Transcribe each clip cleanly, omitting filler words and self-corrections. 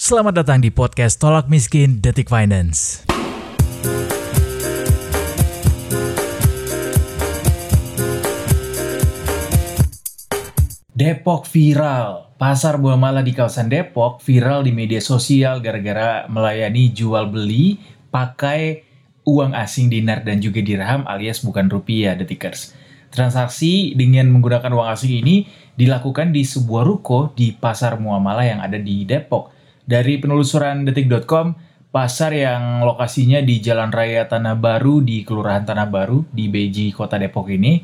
Selamat datang di podcast Tolak Miskin Detik Finance. Depok viral. Pasar buah mala di kawasan Depok viral di media sosial gara-gara melayani jual beli pakai uang asing dinar dan juga dirham alias bukan rupiah, Detikers. Transaksi dengan menggunakan uang asing ini dilakukan di sebuah ruko di pasar muamalah yang ada di Depok. Dari penelusuran detik.com, pasar yang lokasinya di Jalan Raya Tanah Baru di Kelurahan Tanah Baru di Beji, Kota Depok ini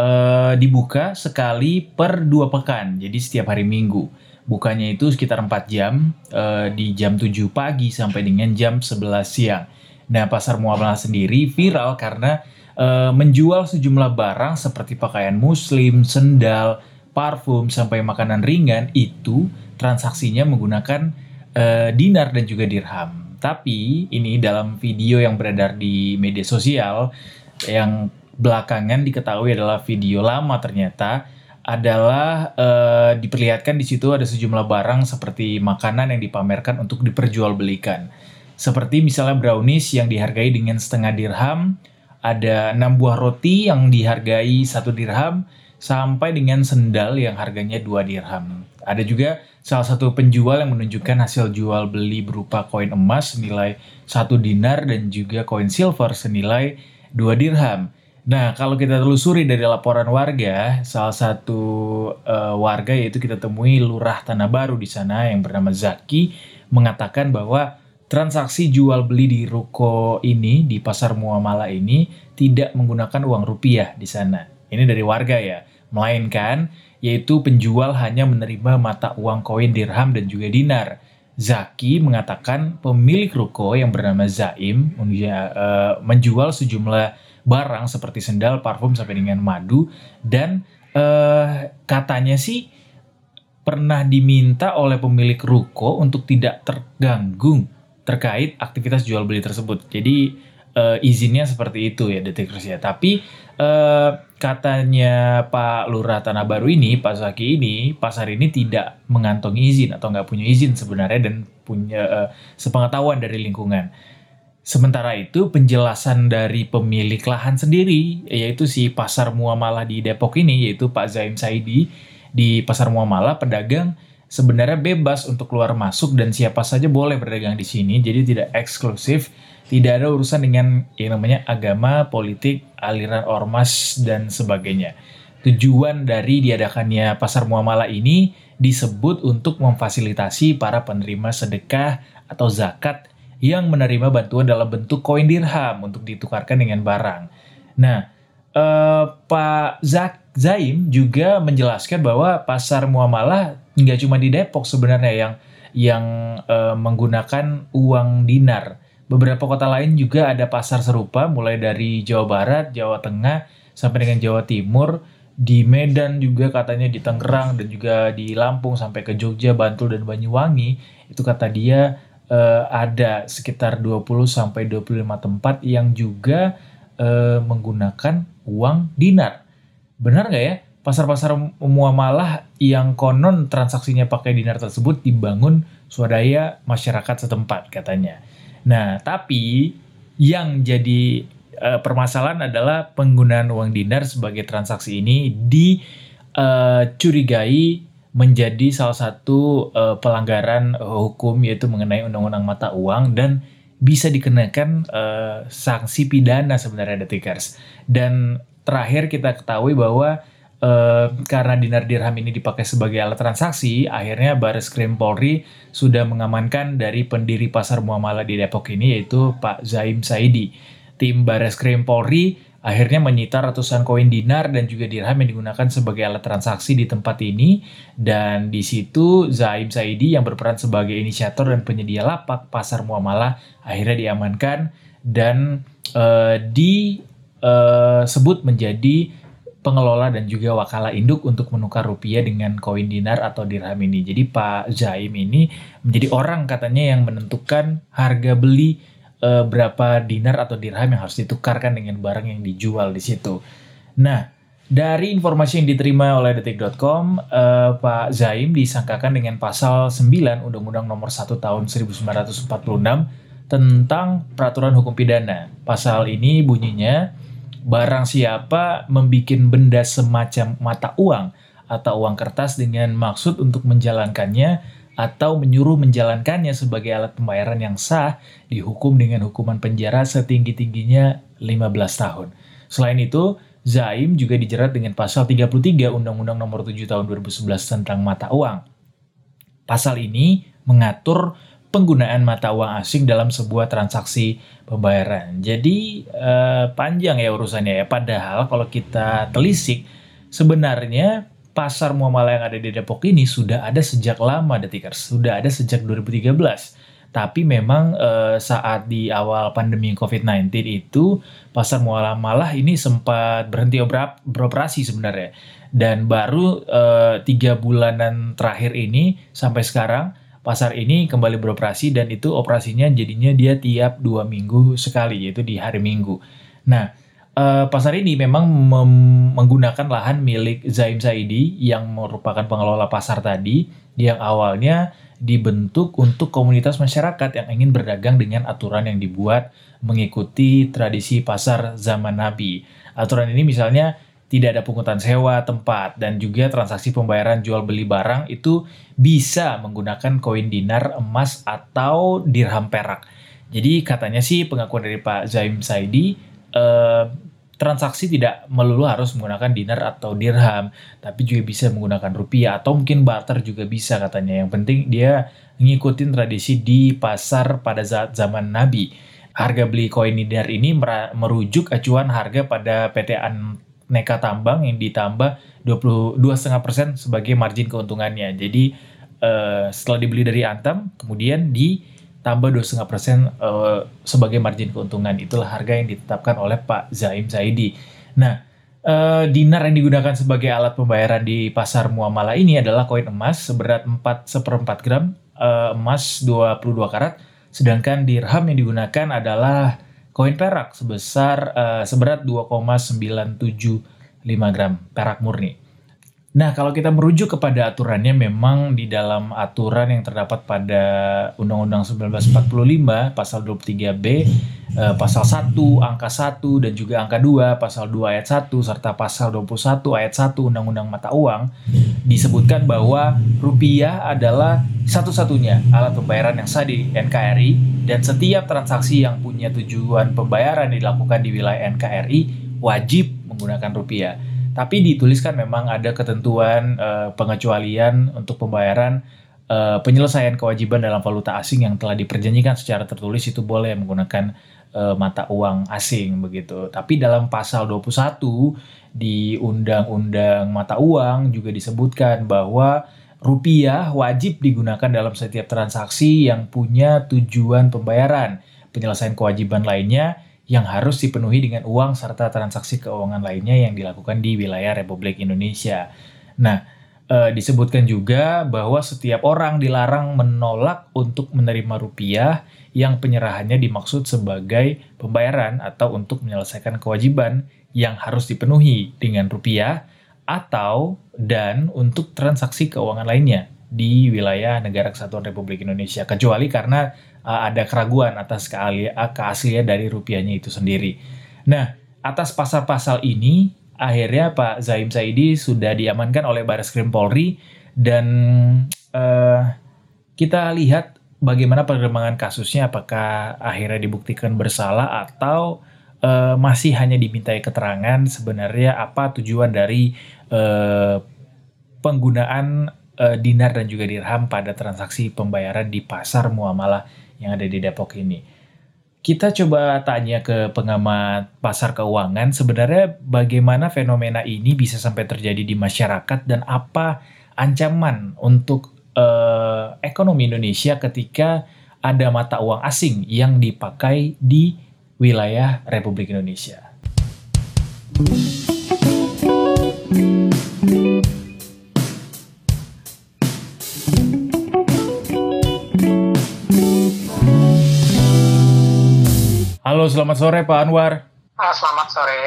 dibuka sekali per 2 pekan, jadi setiap hari Minggu. Bukanya itu sekitar 4 jam, di jam 7 pagi sampai dengan jam 11 siang. Nah, pasar muamalah sendiri viral karena menjual sejumlah barang seperti pakaian muslim, sendal, parfum, sampai makanan ringan itu transaksinya menggunakan dinar dan juga dirham. Tapi ini dalam video yang beredar di media sosial yang belakangan diketahui adalah video lama ternyata adalah diperlihatkan di situ ada sejumlah barang seperti makanan yang dipamerkan untuk diperjualbelikan. Seperti misalnya brownies yang dihargai dengan setengah dirham, ada 6 buah roti yang dihargai 1 dirham, sampai dengan sendal yang harganya 2 dirham. Ada juga salah satu penjual yang menunjukkan hasil jual beli berupa koin emas senilai 1 dinar dan juga koin silver senilai 2 dirham. Nah, kalau kita telusuri dari laporan warga, salah satu warga yaitu kita temui Lurah Tanah Baru di sana yang bernama Zaki mengatakan bahwa transaksi jual beli di ruko ini, di pasar muamalah ini tidak menggunakan uang rupiah di sana. Ini dari warga ya, melainkan yaitu penjual hanya menerima mata uang koin dirham dan juga dinar. Zaki mengatakan pemilik ruko yang bernama Zaim menjual sejumlah barang seperti sendal, parfum, sampai dengan madu, dan katanya sih pernah diminta oleh pemilik ruko untuk tidak terganggu terkait aktivitas jual beli tersebut. Jadi izinnya seperti itu ya, Detikers ya. Tapi katanya Pak Lurah Tanah Baru ini, Pak Zaki ini, pasar ini tidak mengantongi izin atau nggak punya izin sebenarnya dan punya sepengetahuan dari lingkungan. Sementara itu penjelasan dari pemilik lahan sendiri, yaitu si pasar muamalah di Depok ini, yaitu Pak Zaim Saidi, di pasar muamalah pedagang sebenarnya bebas untuk keluar masuk dan siapa saja boleh berdagang di sini, jadi tidak eksklusif. Tidak ada urusan dengan yang namanya agama, politik, aliran ormas, dan sebagainya. Tujuan dari diadakannya pasar muamalah ini disebut untuk memfasilitasi para penerima sedekah atau zakat yang menerima bantuan dalam bentuk koin dirham untuk ditukarkan dengan barang. Nah, Pak Zaim juga menjelaskan bahwa pasar muamalah nggak cuma di Depok sebenarnya yang menggunakan uang dinar. Beberapa kota lain juga ada pasar serupa, mulai dari Jawa Barat, Jawa Tengah, sampai dengan Jawa Timur. Di Medan juga katanya, di Tangerang, dan juga di Lampung, sampai ke Jogja, Bantul, dan Banyuwangi. Itu kata dia ada sekitar 20-25 tempat yang juga menggunakan uang dinar. Benar nggak ya? Pasar-pasar muamalah yang konon transaksinya pakai dinar tersebut dibangun swadaya masyarakat setempat katanya. Nah, tapi yang jadi permasalahan adalah penggunaan uang dinar sebagai transaksi ini dicurigai menjadi salah satu pelanggaran hukum, yaitu mengenai undang-undang mata uang dan bisa dikenakan sanksi pidana sebenarnya, Detikers. Dan terakhir kita ketahui bahwa karena dinar dirham ini dipakai sebagai alat transaksi, akhirnya Bareskrim Polri sudah mengamankan dari pendiri pasar muamalah di Depok ini, yaitu Pak Zaim Saidi. Tim Bareskrim Polri akhirnya menyita ratusan koin dinar dan juga dirham yang digunakan sebagai alat transaksi di tempat ini, dan di situ Zaim Saidi yang berperan sebagai inisiator dan penyedia lapak pasar muamalah akhirnya diamankan dan disebut menjadi pengelola dan juga wakala induk untuk menukar rupiah dengan koin dinar atau dirham ini. Jadi Pak Zaim ini menjadi orang katanya yang menentukan harga beli berapa dinar atau dirham yang harus ditukarkan dengan barang yang dijual di situ. Nah, Dari informasi yang diterima oleh detik.com, Pak Zaim disangkakan dengan pasal 9 Undang-Undang Nomor 1 Tahun 1946 tentang peraturan hukum pidana. Pasal ini bunyinya, barang siapa membikin benda semacam mata uang atau uang kertas dengan maksud untuk menjalankannya atau menyuruh menjalankannya sebagai alat pembayaran yang sah, dihukum dengan hukuman penjara setinggi-tingginya 15 tahun. Selain itu, Zaim juga dijerat dengan pasal 33 Undang-Undang Nomor 7 Tahun 2011 tentang mata uang. Pasal ini mengatur penggunaan mata uang asing dalam sebuah transaksi pembayaran. Jadi panjang ya urusannya ya. Padahal kalau kita telisik, sebenarnya pasar muamalah yang ada di Depok ini sudah ada sejak lama, Detikers. Sudah ada sejak 2013. Tapi memang saat di awal pandemi COVID-19 itu pasar muamalah ini sempat berhenti beroperasi sebenarnya. Dan baru 3 bulanan terakhir ini sampai sekarang pasar ini kembali beroperasi dan itu operasinya jadinya dia tiap 2 minggu sekali, yaitu di hari Minggu. Nah, pasar ini memang menggunakan lahan milik Zaim Saidi yang merupakan pengelola pasar tadi yang awalnya dibentuk untuk komunitas masyarakat yang ingin berdagang dengan aturan yang dibuat mengikuti tradisi pasar zaman Nabi. Aturan ini misalnya tidak ada pungutan sewa tempat dan juga transaksi pembayaran jual beli barang itu bisa menggunakan koin dinar, emas, atau dirham perak. Jadi katanya sih pengakuan dari Pak Zaim Saidi, transaksi tidak melulu harus menggunakan dinar atau dirham, tapi juga bisa menggunakan rupiah atau mungkin barter juga bisa katanya. Yang penting dia ngikutin tradisi di pasar pada zaman Nabi. Harga beli koin dinar ini merujuk acuan harga pada PT Aneka Tambang yang ditambah 22,5% sebagai margin keuntungannya. Jadi setelah dibeli dari Antam, kemudian tambah 2,5% sebagai margin keuntungan. Itulah harga yang ditetapkan oleh Pak Zaim Saidi. Nah, dinar yang digunakan sebagai alat pembayaran di pasar muamalah ini adalah koin emas seberat 4/4 gram, emas 22 karat, sedangkan dirham yang digunakan adalah koin perak seberat 2,975 gram perak murni. Nah, kalau kita merujuk kepada aturannya, memang di dalam aturan yang terdapat pada Undang-Undang 1945, pasal 23B, pasal 1, angka 1, dan juga angka 2, pasal 2 ayat 1, serta pasal 21 ayat 1 Undang-Undang Mata Uang, disebutkan bahwa rupiah adalah satu-satunya alat pembayaran yang sah di NKRI, dan setiap transaksi yang punya tujuan pembayaran dilakukan di wilayah NKRI wajib menggunakan rupiah. Tapi dituliskan memang ada ketentuan pengecualian untuk pembayaran penyelesaian kewajiban dalam valuta asing yang telah diperjanjikan secara tertulis itu boleh menggunakan mata uang asing begitu. Tapi dalam pasal 21 di Undang-Undang Mata Uang juga disebutkan bahwa rupiah wajib digunakan dalam setiap transaksi yang punya tujuan pembayaran, penyelesaian kewajiban lainnya yang harus dipenuhi dengan uang serta transaksi keuangan lainnya yang dilakukan di wilayah Republik Indonesia. Nah, disebutkan juga bahwa setiap orang dilarang menolak untuk menerima rupiah yang penyerahannya dimaksud sebagai pembayaran atau untuk menyelesaikan kewajiban yang harus dipenuhi dengan rupiah dan untuk transaksi keuangan lainnya di wilayah Negara Kesatuan Republik Indonesia, kecuali karena ada keraguan atas keaslian dari rupiahnya itu sendiri. Nah, atas pasal-pasal ini, akhirnya Pak Zaim Saidi sudah diamankan oleh Bareskrim Polri dan kita lihat bagaimana perkembangan kasusnya, apakah akhirnya dibuktikan bersalah atau masih hanya dimintai keterangan sebenarnya apa tujuan dari penggunaan dinar dan juga dirham pada transaksi pembayaran di pasar muamalah yang ada di Depok ini. Kita coba tanya ke pengamat pasar keuangan, sebenarnya bagaimana fenomena ini bisa sampai terjadi di masyarakat dan apa ancaman untuk ekonomi Indonesia ketika ada mata uang asing yang dipakai di wilayah Republik Indonesia. Halo, selamat sore Pak Anwar. Selamat sore.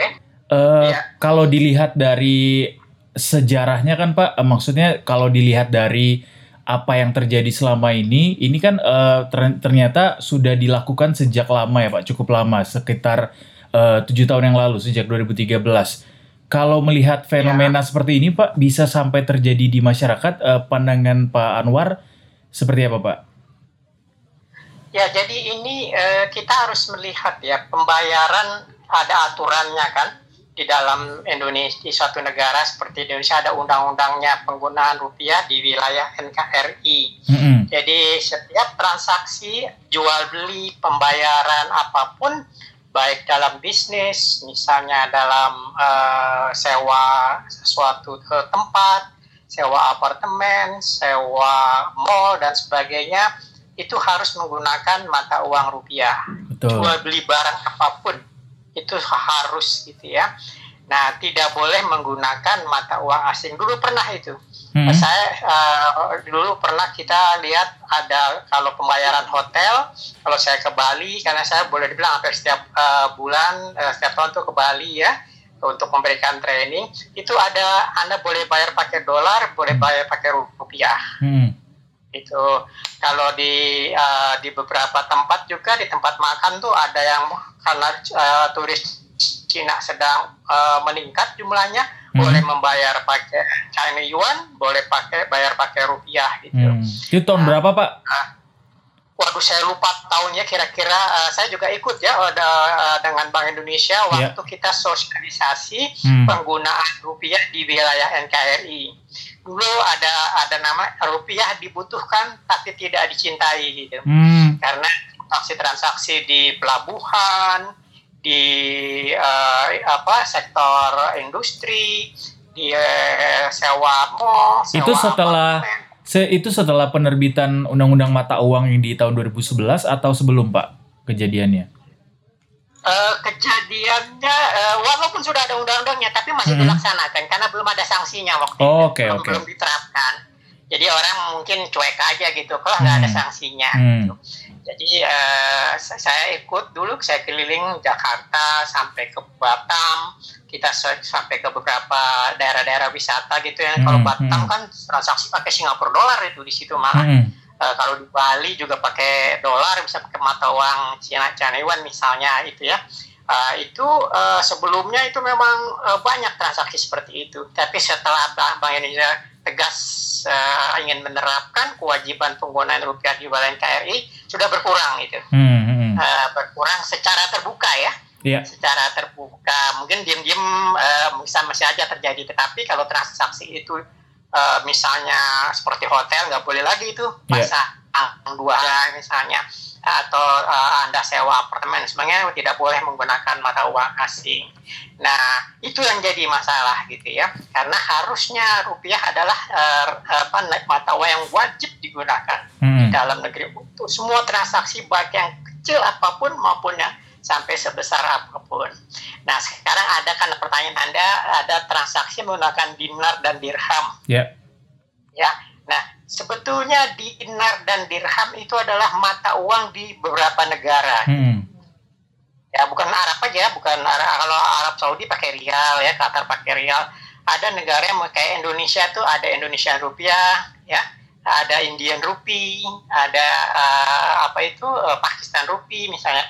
Kalau dilihat dari sejarahnya kan Pak, maksudnya kalau dilihat dari apa yang terjadi selama ini kan ternyata sudah dilakukan sejak lama ya Pak, cukup lama, sekitar 7 tahun yang lalu, sejak 2013. Kalau melihat fenomena seperti ini Pak, bisa sampai terjadi di masyarakat, pandangan Pak Anwar seperti apa Pak? Ya, jadi ini kita harus melihat ya, pembayaran ada aturannya kan di dalam Indonesia, di suatu negara seperti Indonesia ada undang-undangnya penggunaan rupiah di wilayah NKRI. Jadi setiap transaksi jual beli pembayaran apapun, baik dalam bisnis, misalnya dalam sewa sesuatu ke tempat, sewa apartemen, sewa mall dan sebagainya, itu harus menggunakan mata uang rupiah. Betul. Jual beli barang apapun itu harus gitu ya. Nah, tidak boleh menggunakan mata uang asing. Dulu pernah itu. Saya dulu pernah kita lihat ada kalau pembayaran hotel, kalau saya ke Bali, karena saya boleh dibilang hampir setiap bulan, setiap tahun tuh ke Bali ya, untuk memberikan training, itu ada Anda boleh bayar pakai dolar, boleh bayar pakai rupiah. Itu kalau di beberapa tempat juga, di tempat makan tuh ada yang karena turis Cina sedang meningkat jumlahnya, boleh membayar pakai China Yuan, boleh bayar pakai rupiah gitu. Itu tahun berapa Pak? Waduh, saya lupa tahunnya kira-kira. Saya juga ikut ya dengan Bank Indonesia waktu kita sosialisasi penggunaan rupiah di wilayah NKRI. Dulu ada nama rupiah dibutuhkan tapi tidak dicintai gitu. Karena transaksi di pelabuhan, di sektor industri, di sewa mall, sewa itu setelah penerbitan Undang-Undang Mata Uang yang di tahun 2011 atau sebelum Pak kejadiannya? Kejadiannya walaupun sudah ada undang-undangnya tapi masih dilaksanakan karena belum ada sanksinya waktu itu, belum diterapkan. Jadi orang mungkin cuek aja gitu, kalau nggak ada sanksinya. Gitu. Jadi saya ikut dulu, saya keliling Jakarta sampai ke Batam, kita sampai ke beberapa daerah-daerah wisata gitu ya. Kalau Batam kan transaksi pakai Singapura dolar itu di situ malah. Kalau di Bali juga pakai dolar, bisa pakai mata uang China Yuan misalnya itu ya. Itu sebelumnya itu memang banyak transaksi seperti itu. Tapi setelah Bank Indonesia tegas ingin menerapkan kewajiban penggunaan rupiah di wilayah NKRI, sudah berkurang itu. Berkurang secara terbuka ya. Secara terbuka. Mungkin diam-diam masih aja terjadi. Tetapi kalau transaksi itu misalnya seperti hotel, nggak boleh lagi itu pasang dua misalnya, atau Anda sewa apartemen sebenarnya tidak boleh menggunakan mata uang asing. Nah, itu yang jadi masalah gitu ya, karena harusnya rupiah adalah mata uang yang wajib digunakan di dalam negeri untuk semua transaksi, baik yang kecil apapun maupun yang sampai sebesar apapun. Nah, sekarang ada kan pertanyaan Anda, ada transaksi menggunakan dinar dan dirham. Ya. Nah, sebetulnya dinar dan dirham itu adalah mata uang di beberapa negara. Ya, bukan Arab aja, kalau Arab Saudi pakai rial ya, Qatar pakai rial. Ada negara yang kayak Indonesia tuh ada Indonesian rupiah, ya, ada Indian rupee, ada Pakistan rupee misalnya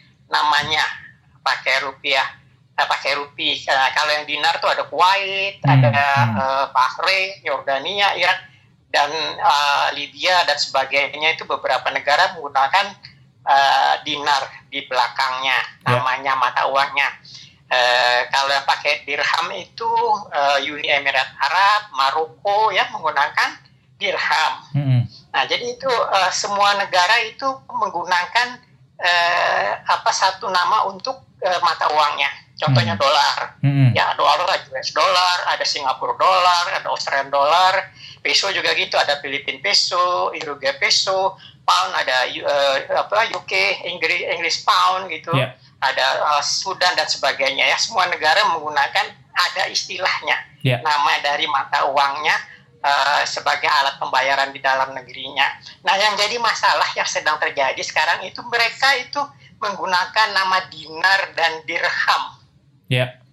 pakai rupiah, pakai rupee. Kalau yang dinar tuh ada Kuwait, ada Bahrain, Yordania, Irak, dan Libya dan sebagainya. Itu beberapa negara menggunakan dinar di belakangnya, namanya mata uangnya. Kalau yang pakai dirham itu Uni Emirat Arab, Maroko ya menggunakan dirham. Nah, jadi itu semua negara itu menggunakan satu nama untuk mata uangnya. Contohnya dolar. Ya, dolar ada US dollar, ada Singapura dollar, ada Australian dollar, peso juga gitu, ada Filipin peso, Uruguay peso, pound ada UK, Inggris pound gitu. Ada Sudan dan sebagainya ya. Semua negara menggunakan, ada istilahnya. Nama dari mata uangnya sebagai alat pembayaran di dalam negerinya. Nah, yang jadi masalah yang sedang terjadi sekarang itu mereka itu menggunakan nama dinar dan dirham.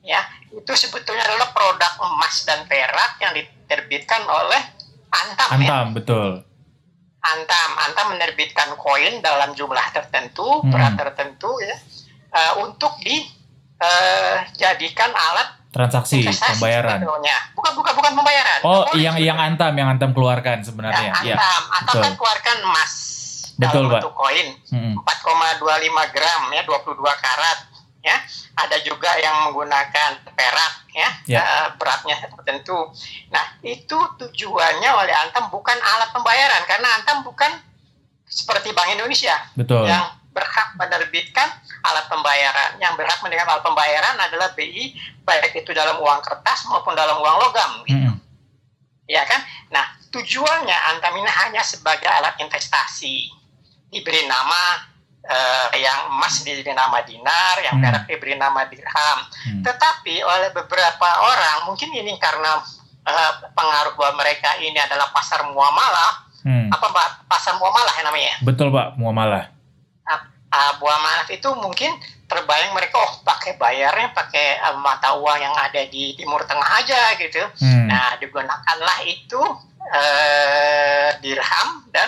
ya, itu sebetulnya adalah produk emas dan perak yang diterbitkan oleh Antam. Antam, ya? Betul. Antam menerbitkan koin dalam jumlah tertentu, berat tertentu, ya, untuk dijadikan alat transaksi pembayaran. Sebetulnya. Bukan pembayaran. Oh, yang Antam keluarkan sebenarnya. Ya, Antam kan keluarkan emas dalam bentuk koin, 4,25 gram, ya, 22 karat. Ya, ada juga yang menggunakan perak, ya, beratnya tertentu. Nah, itu tujuannya oleh Antam bukan alat pembayaran, karena Antam bukan seperti Bank Indonesia. Betul. Yang berhak menerbitkan alat pembayaran. Yang berhak menerbitkan alat pembayaran adalah BI, baik itu dalam uang kertas maupun dalam uang logam. Gitu. Ya kan? Nah, tujuannya Antam ini hanya sebagai alat investasi. Diberi nama yang emas diberi nama dinar, yang perak diberi nama dirham. Tetapi oleh beberapa orang, mungkin ini karena pengaruh bahwa mereka ini adalah pasar muamalah. Apa pasar muamalah yang namanya? Betul Pak, muamalah. Muamalah itu mungkin terbayang mereka pakai bayarnya pakai mata uang yang ada di Timur Tengah aja gitu. Nah, digunakanlah itu dirham dan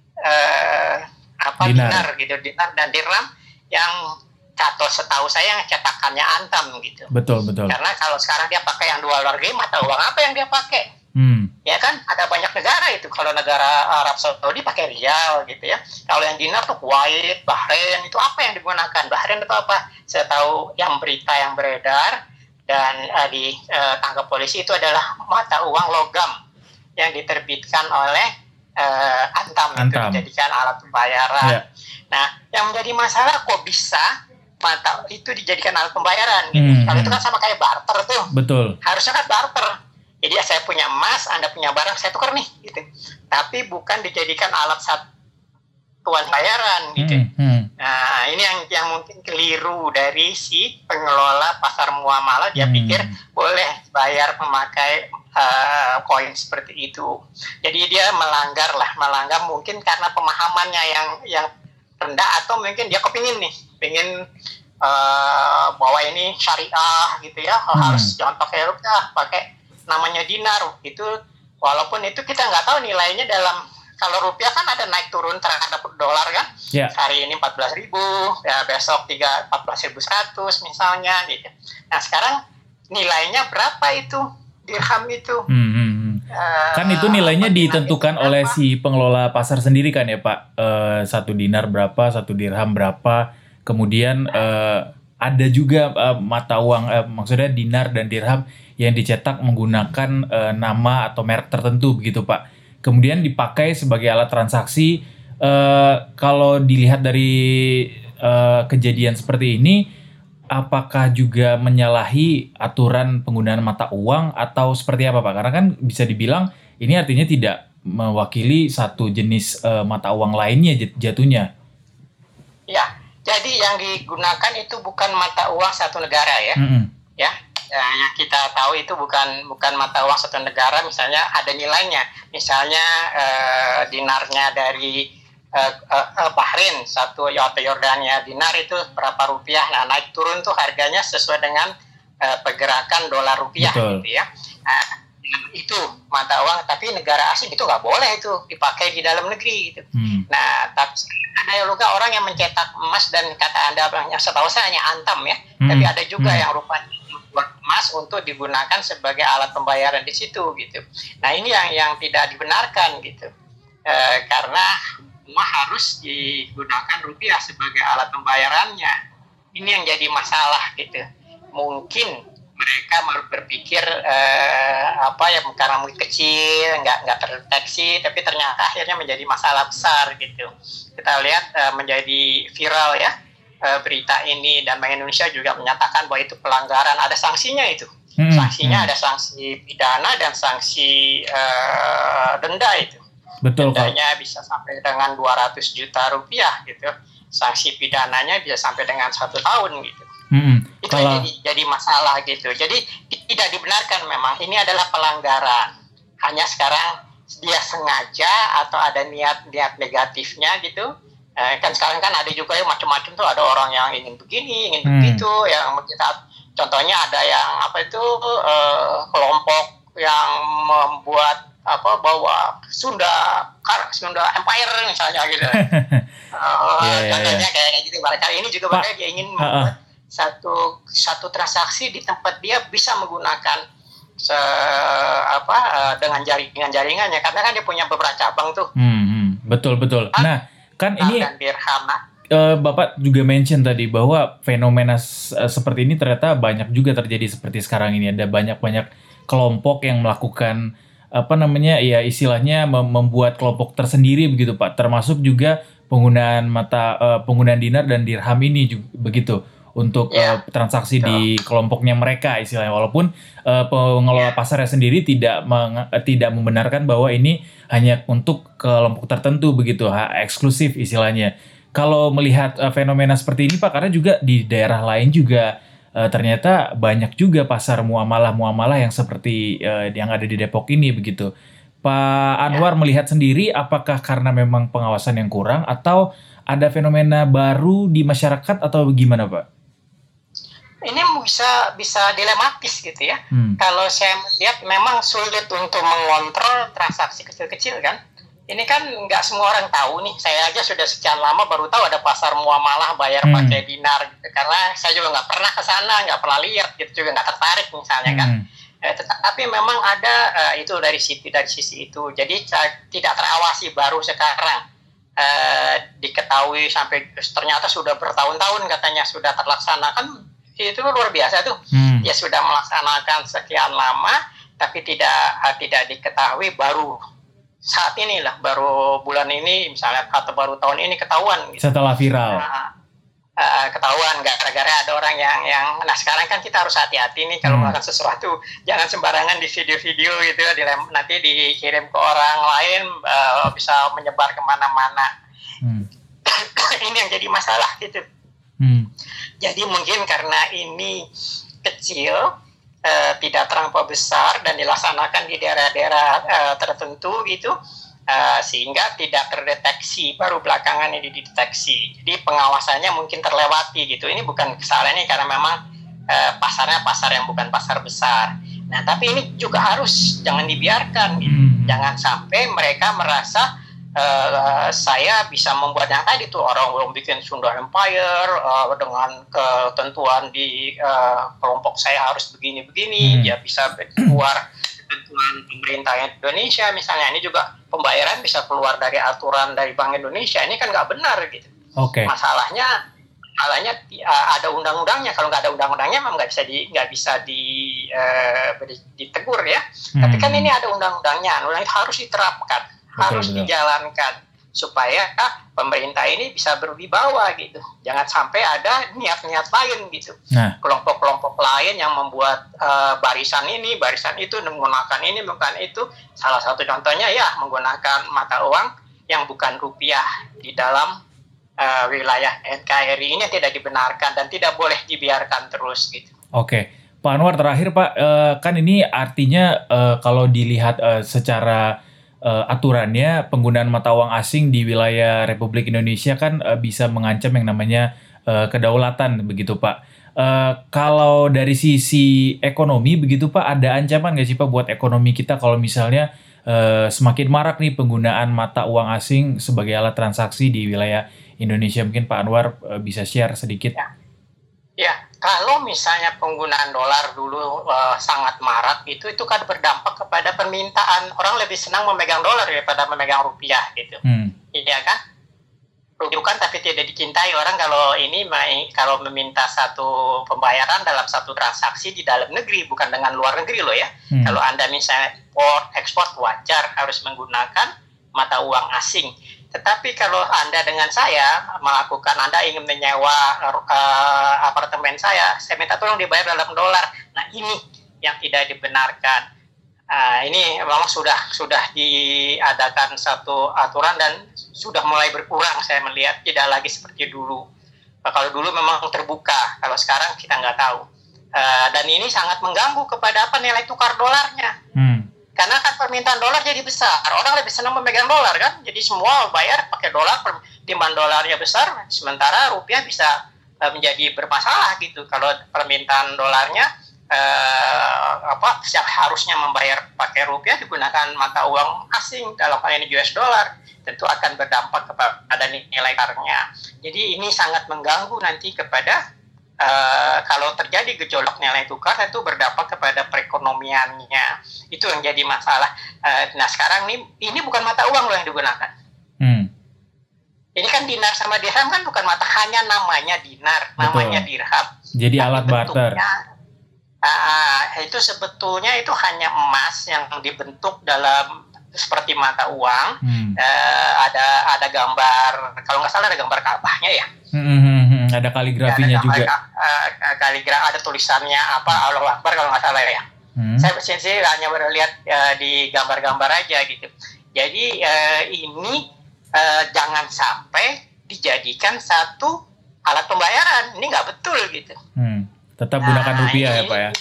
dinar gitu, dinar dan dirham yang atau setahu saya yang cetakannya Antam gitu. Betul. Karena kalau sekarang dia pakai yang dua luar negeri, mata uang apa yang dia pakai? Ya kan, ada banyak negara itu. Kalau negara Arab Saudi pakai rial gitu ya. Kalau yang dinar tuh Kuwait, Bahrain, itu apa yang digunakan? Bahrain itu apa? Saya tahu yang berita yang beredar dan ditangkap polisi itu adalah mata uang logam yang diterbitkan oleh Antam. Itu dijadikan alat pembayaran. Yeah. Nah, yang menjadi masalah kok bisa mata itu dijadikan alat pembayaran gitu. Kalau itu kan sama kayak barter tuh. Betul. Harusnya kan barter. Jadi saya punya emas, Anda punya barang, saya tukar nih gitu. Tapi bukan dijadikan alat satuan bayaran gitu. Nah, ini yang mungkin keliru dari si pengelola pasar muamalah. Dia pikir boleh bayar memakai koin seperti itu. Jadi dia melanggar mungkin karena pemahamannya yang rendah, atau mungkin dia kepingin bahwa ini syariah gitu ya, harus jangan pakai rupiah, pakai namanya dinar itu. Walaupun itu kita nggak tahu nilainya dalam, kalau rupiah kan ada naik turun terhadap dolar kan. Hari ini 14.000, ya besok 14.100 misalnya gitu. Nah, sekarang nilainya berapa itu dirham itu? Kan itu nilainya ditentukan oleh si pengelola pasar sendiri kan ya Pak. 1 dinar berapa, 1 dirham berapa. Kemudian ada juga mata uang, maksudnya dinar dan dirham yang dicetak menggunakan nama atau merek tertentu begitu Pak. Kemudian dipakai sebagai alat transaksi. Kalau dilihat dari kejadian seperti ini, apakah juga menyalahi aturan penggunaan mata uang atau seperti apa Pak? Karena kan bisa dibilang ini artinya tidak mewakili satu jenis mata uang lainnya jatuhnya. Ya, jadi yang digunakan itu bukan mata uang satu negara ya. Ya, yang kita tahu itu bukan mata uang satu negara. Misalnya ada nilainya. Misalnya dinarnya dari Bahrain atau Yordania, dinar itu berapa rupiah. Nah, naik turun tuh harganya sesuai dengan pergerakan dolar rupiah. Betul. Gitu ya. Nah, itu mata uang, tapi negara asing itu nggak boleh itu dipakai di dalam negeri gitu. Nah, tapi ada juga orang yang mencetak emas, dan kata Anda yang setahu saya hanya Antam ya. Tapi ada juga yang rupanya buat emas untuk digunakan sebagai alat pembayaran di situ gitu. Nah, ini yang tidak dibenarkan gitu. Karena semua harus digunakan rupiah sebagai alat pembayarannya. Ini yang jadi masalah gitu. Mungkin mereka berpikir karena mungkin kecil, nggak terdeteksi, tapi ternyata akhirnya menjadi masalah besar gitu. Kita lihat menjadi viral ya berita ini, dan Bank Indonesia juga menyatakan bahwa itu pelanggaran, ada sanksinya itu. Sanksinya ada sanksi pidana dan sanksi denda itu. Betul, dendanya bisa sampai dengan 200 juta rupiah gitu. Sanksi pidananya bisa sampai dengan 1 tahun gitu. Itu jadi masalah gitu. Jadi tidak dibenarkan, memang ini adalah pelanggaran. Hanya sekarang dia sengaja atau ada niat negatifnya gitu. Kan sekarang kan ada juga yang macam-macam tuh, ada orang yang ingin begini, ingin begitu, yang kita Contohnya ada yang kelompok yang membuat bawa Sunda Empire misalnya gitu. Contohnya kayak gitu. Barangkali ini juga mereka dia ingin membuat satu transaksi di tempat dia bisa menggunakan dengan jaringannya, karena kan dia punya beberapa cabang tuh. Betul. Nah, kan ini Bapak juga mention tadi bahwa fenomena seperti ini ternyata banyak juga terjadi seperti sekarang ini. Ada banyak kelompok yang melakukan istilahnya membuat kelompok tersendiri begitu Pak. Termasuk juga penggunaan dinar dan dirham ini juga begitu untuk transaksi di kelompoknya mereka istilahnya. Walaupun pengelola pasarnya sendiri tidak membenarkan bahwa ini hanya untuk kelompok tertentu begitu, eksklusif istilahnya. Kalau melihat fenomena seperti ini Pak, karena juga di daerah lain juga ternyata banyak juga pasar muamalah yang seperti yang ada di Depok ini begitu. Pak Anwar melihat sendiri, apakah karena memang pengawasan yang kurang atau ada fenomena baru di masyarakat atau gimana Pak? Ini bisa dilematis gitu ya. Kalau saya melihat memang sulit untuk mengontrol transaksi kecil-kecil kan. Ini kan nggak semua orang tahu nih. Saya aja sudah sekian lama baru tahu ada pasar muamalah bayar pakai dinar gitu. Karena saya juga nggak pernah ke sana, nggak pernah lihat gitu, juga nggak tertarik misalnya kan. Tetapi memang ada itu dari sisi itu. Jadi tidak terawasi, baru sekarang diketahui sampai ternyata sudah bertahun-tahun katanya sudah terlaksana kan. Itu luar biasa tuh. Ya sudah melaksanakan sekian lama tapi tidak diketahui, baru saat inilah, baru bulan ini misalnya atau baru tahun ini ketahuan gitu. Setelah viral. Ketahuan gara-gara ada orang yang nah sekarang kan kita harus hati-hati nih kalau melakukan sesuatu, jangan sembarangan di video-video gitu nanti dikirim ke orang lain, bisa menyebar kemana-mana. Ini yang jadi masalah gitu. Jadi mungkin karena ini kecil, tidak terlampau besar dan dilaksanakan di daerah-daerah tertentu gitu, sehingga tidak terdeteksi, baru belakangan ini dideteksi. Jadi pengawasannya mungkin terlewati gitu. Ini bukan kesalahannya karena memang pasarnya pasar yang bukan pasar besar. Nah tapi ini juga jangan dibiarkan gitu. Jangan sampai mereka merasa saya bisa membuat yang tadi tuh, orang belum bikin Sunda Empire dengan ketentuan di kelompok saya harus begini-begini, ya bisa keluar ketentuan pemerintah Indonesia misalnya. Ini juga pembayaran bisa keluar dari aturan dari Bank Indonesia. Ini kan nggak benar gitu. Masalahnya ada undang-undangnya. Kalau nggak ada undang-undangnya memang nggak bisa ditegur ya. Tapi kan ini ada undang-undangnya. Undang itu harus diterapkan. Harus dijalankan supaya pemerintah ini bisa berwibawa gitu. Jangan sampai ada niat-niat lain gitu. Kelompok-kelompok lain yang membuat barisan ini, barisan itu, menggunakan ini, menggunakan itu. Salah satu contohnya ya menggunakan mata uang yang bukan rupiah di dalam wilayah NKRI ini tidak dibenarkan dan tidak boleh dibiarkan terus gitu. Oke. Pak Anwar, terakhir Pak, kan ini artinya kalau dilihat secara aturannya penggunaan mata uang asing di wilayah Republik Indonesia kan bisa mengancam yang namanya kedaulatan begitu Pak. Kalau dari sisi ekonomi begitu Pak, ada ancaman nggak sih Pak buat ekonomi kita kalau misalnya semakin marak nih penggunaan mata uang asing sebagai alat transaksi di wilayah Indonesia? Mungkin Pak Anwar bisa share sedikit. Ya, kalau misalnya penggunaan dolar dulu sangat marak, itu kan berdampak kepada permintaan. Orang lebih senang memegang dolar daripada memegang rupiah gitu. Iya kan? Rujukan tapi tidak dicintai orang kalau meminta satu pembayaran dalam satu transaksi di dalam negeri, bukan dengan luar negeri loh ya. Kalau Anda misalnya ekspor wajar harus menggunakan mata uang asing. Tetapi kalau Anda dengan saya melakukan, Anda ingin menyewa apartemen saya minta tolong dibayar dalam dolar. Nah ini yang tidak dibenarkan. Ini memang sudah diadakan satu aturan dan sudah mulai berkurang, saya melihat tidak lagi seperti dulu. Kalau dulu memang terbuka, kalau sekarang kita nggak tahu. Dan ini sangat mengganggu kepada nilai tukar dolarnya. Karena kan permintaan dolar jadi besar, orang lebih senang memegang dolar kan, jadi semua bayar pakai dolar, demand dolarnya besar, sementara rupiah bisa menjadi bermasalah gitu kalau permintaan dolarnya harusnya membayar pakai rupiah digunakan mata uang asing dalam hal ini US dollar, tentu akan berdampak kepada nilai tukarnya. Jadi ini sangat mengganggu nanti kepada kalau terjadi gejolak nilai tukar, itu berdampak kepada perekonomiannya. Itu yang jadi masalah. Nah sekarang ini bukan mata uang loh yang digunakan. Ini kan dinar sama dirham kan bukan mata, hanya namanya dinar, namanya dirham. Jadi alat barter. Itu sebetulnya itu hanya emas yang dibentuk dalam seperti mata uang. Ada gambar, kalau nggak salah ada gambar Ka'bahnya ya. Ada kaligrafinya juga. Ada tulisannya Allahu Akbar kalau nggak salah ya. Saya sih hanya baru lihat di gambar-gambar aja gitu. Jadi ini jangan sampai dijadikan satu alat pembayaran. Ini nggak betul gitu. Tetap gunakan rupiah ya Pak ya.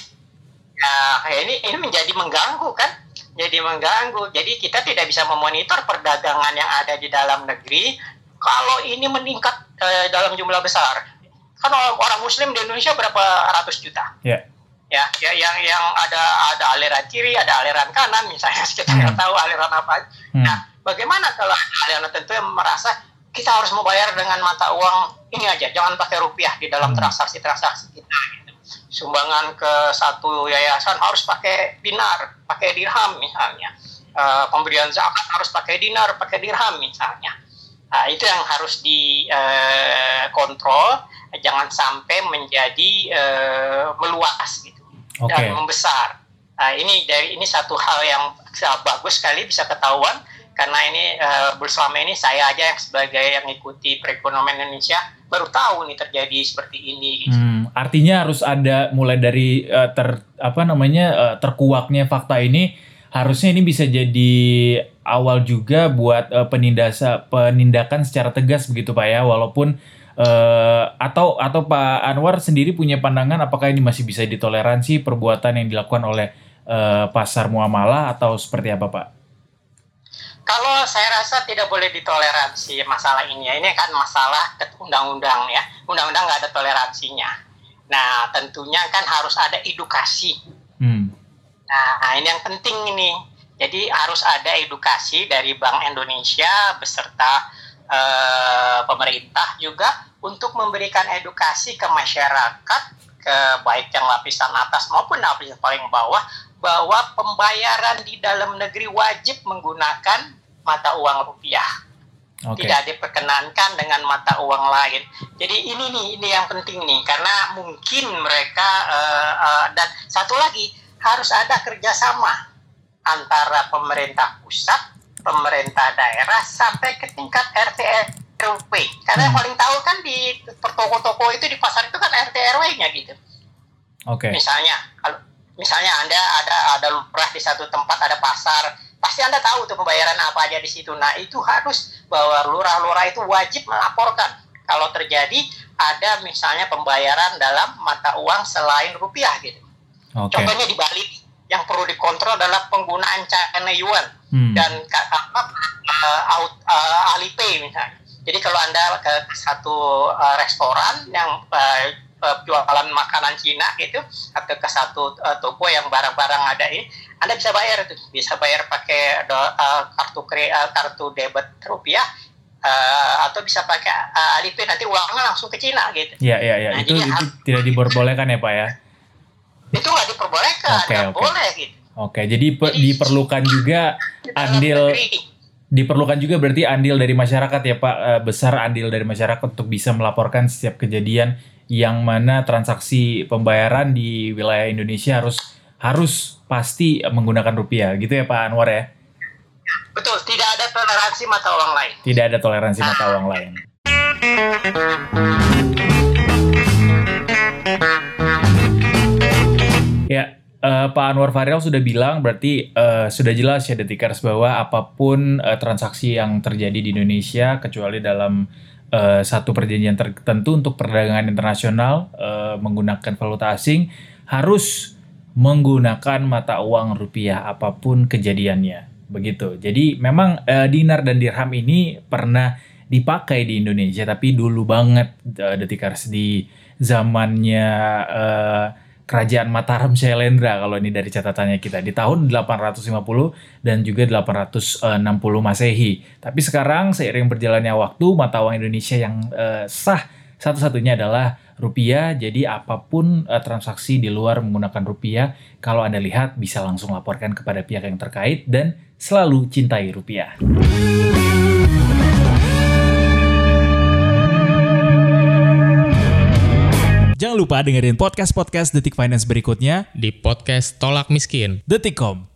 Ini menjadi mengganggu kan. Jadi mengganggu. Jadi kita tidak bisa memonitor perdagangan yang ada di dalam negeri kalau ini meningkat dalam jumlah besar. Kan orang Muslim di Indonesia berapa ratus juta. Yeah. Ya, yang ada aliran kiri, ada aliran kanan, misalnya kita nggak tahu aliran apa. Nah, bagaimana kalau aliran tertentu yang merasa kita harus membayar dengan mata uang ini aja, jangan pakai rupiah di dalam transaksi-transaksi kita. Gitu. Sumbangan ke satu yayasan harus pakai dinar, pakai dirham misalnya. Pemberian zakat harus pakai dinar, pakai dirham misalnya. Itu yang harus dikontrol, jangan sampai menjadi meluas gitu dan membesar. Ini satu hal yang bagus sekali bisa ketahuan karena ini selama ini saya aja yang sebagai yang ngikuti perekonomian Indonesia baru tahu nih terjadi seperti ini. Gitu. Artinya harus ada mulai dari terkuaknya fakta ini. Harusnya ini bisa jadi awal juga buat penindakan secara tegas begitu Pak ya, walaupun atau Pak Anwar sendiri punya pandangan apakah ini masih bisa ditoleransi perbuatan yang dilakukan oleh pasar muamalah atau seperti apa Pak? Kalau saya rasa tidak boleh ditoleransi masalah ini ya. Ini kan masalah undang-undang ya, undang-undang nggak ada toleransinya. Nah tentunya kan harus ada edukasi. Nah, ini yang penting ini. Jadi harus ada edukasi dari Bank Indonesia beserta pemerintah juga untuk memberikan edukasi ke masyarakat, baik yang lapisan atas maupun lapisan paling bawah, bahwa pembayaran di dalam negeri wajib menggunakan mata uang rupiah. Tidak diperkenankan dengan mata uang lain. Jadi ini yang penting nih, karena mungkin mereka dan satu lagi, harus ada kerjasama antara pemerintah pusat, pemerintah daerah, sampai ke tingkat RT RW. Karena yang paling tahu kan di toko-toko itu, di pasar itu kan RT RW-nya gitu. Misalnya Anda ada lurah di satu tempat, ada pasar, pasti Anda tahu tuh pembayaran apa aja di situ. Nah itu harus bahwa lurah-lurah itu wajib melaporkan kalau terjadi ada misalnya pembayaran dalam mata uang selain rupiah gitu. Contohnya di Bali yang perlu dikontrol adalah penggunaan China Yuan dan Alipay misalnya. Jadi kalau Anda ke satu restoran yang jualan makanan Cina gitu, atau ke satu toko yang barang-barang ada ini, Anda bisa bayar itu, bisa bayar pakai kartu debit rupiah. Atau bisa pakai Alipay, nanti uangnya langsung ke Cina gitu. Iya. Nah, itu tidak diperbolehkan ya Pak ya? Itu nggak diperbolehkan, nggak boleh gitu. Jadi diperlukan juga berarti andil dari masyarakat ya Pak, besar andil dari masyarakat untuk bisa melaporkan setiap kejadian yang mana transaksi pembayaran di wilayah Indonesia harus pasti menggunakan rupiah gitu ya Pak Anwar ya? Betul, tidak ada toleransi mata uang lain. Tidak ada toleransi mata uang lain. Ya, Pak Anwar Fahrial sudah bilang berarti sudah jelas ya Detikers bahwa apapun transaksi yang terjadi di Indonesia kecuali dalam satu perjanjian tertentu untuk perdagangan internasional menggunakan valuta asing harus menggunakan mata uang rupiah apapun kejadiannya begitu. Jadi memang dinar dan dirham ini pernah dipakai di Indonesia, tapi dulu banget Detikers di zamannya Kerajaan Mataram Syailendra kalau ini dari catatannya kita di tahun 850 dan juga 860 Masehi. Tapi sekarang seiring berjalannya waktu, mata uang Indonesia yang sah satu-satunya adalah rupiah. Jadi apapun transaksi di luar menggunakan rupiah, kalau Anda lihat bisa langsung laporkan kepada pihak yang terkait dan selalu cintai rupiah. Jangan lupa dengerin podcast-podcast Detik Finance berikutnya di podcast Tolak Miskin. Detikcom.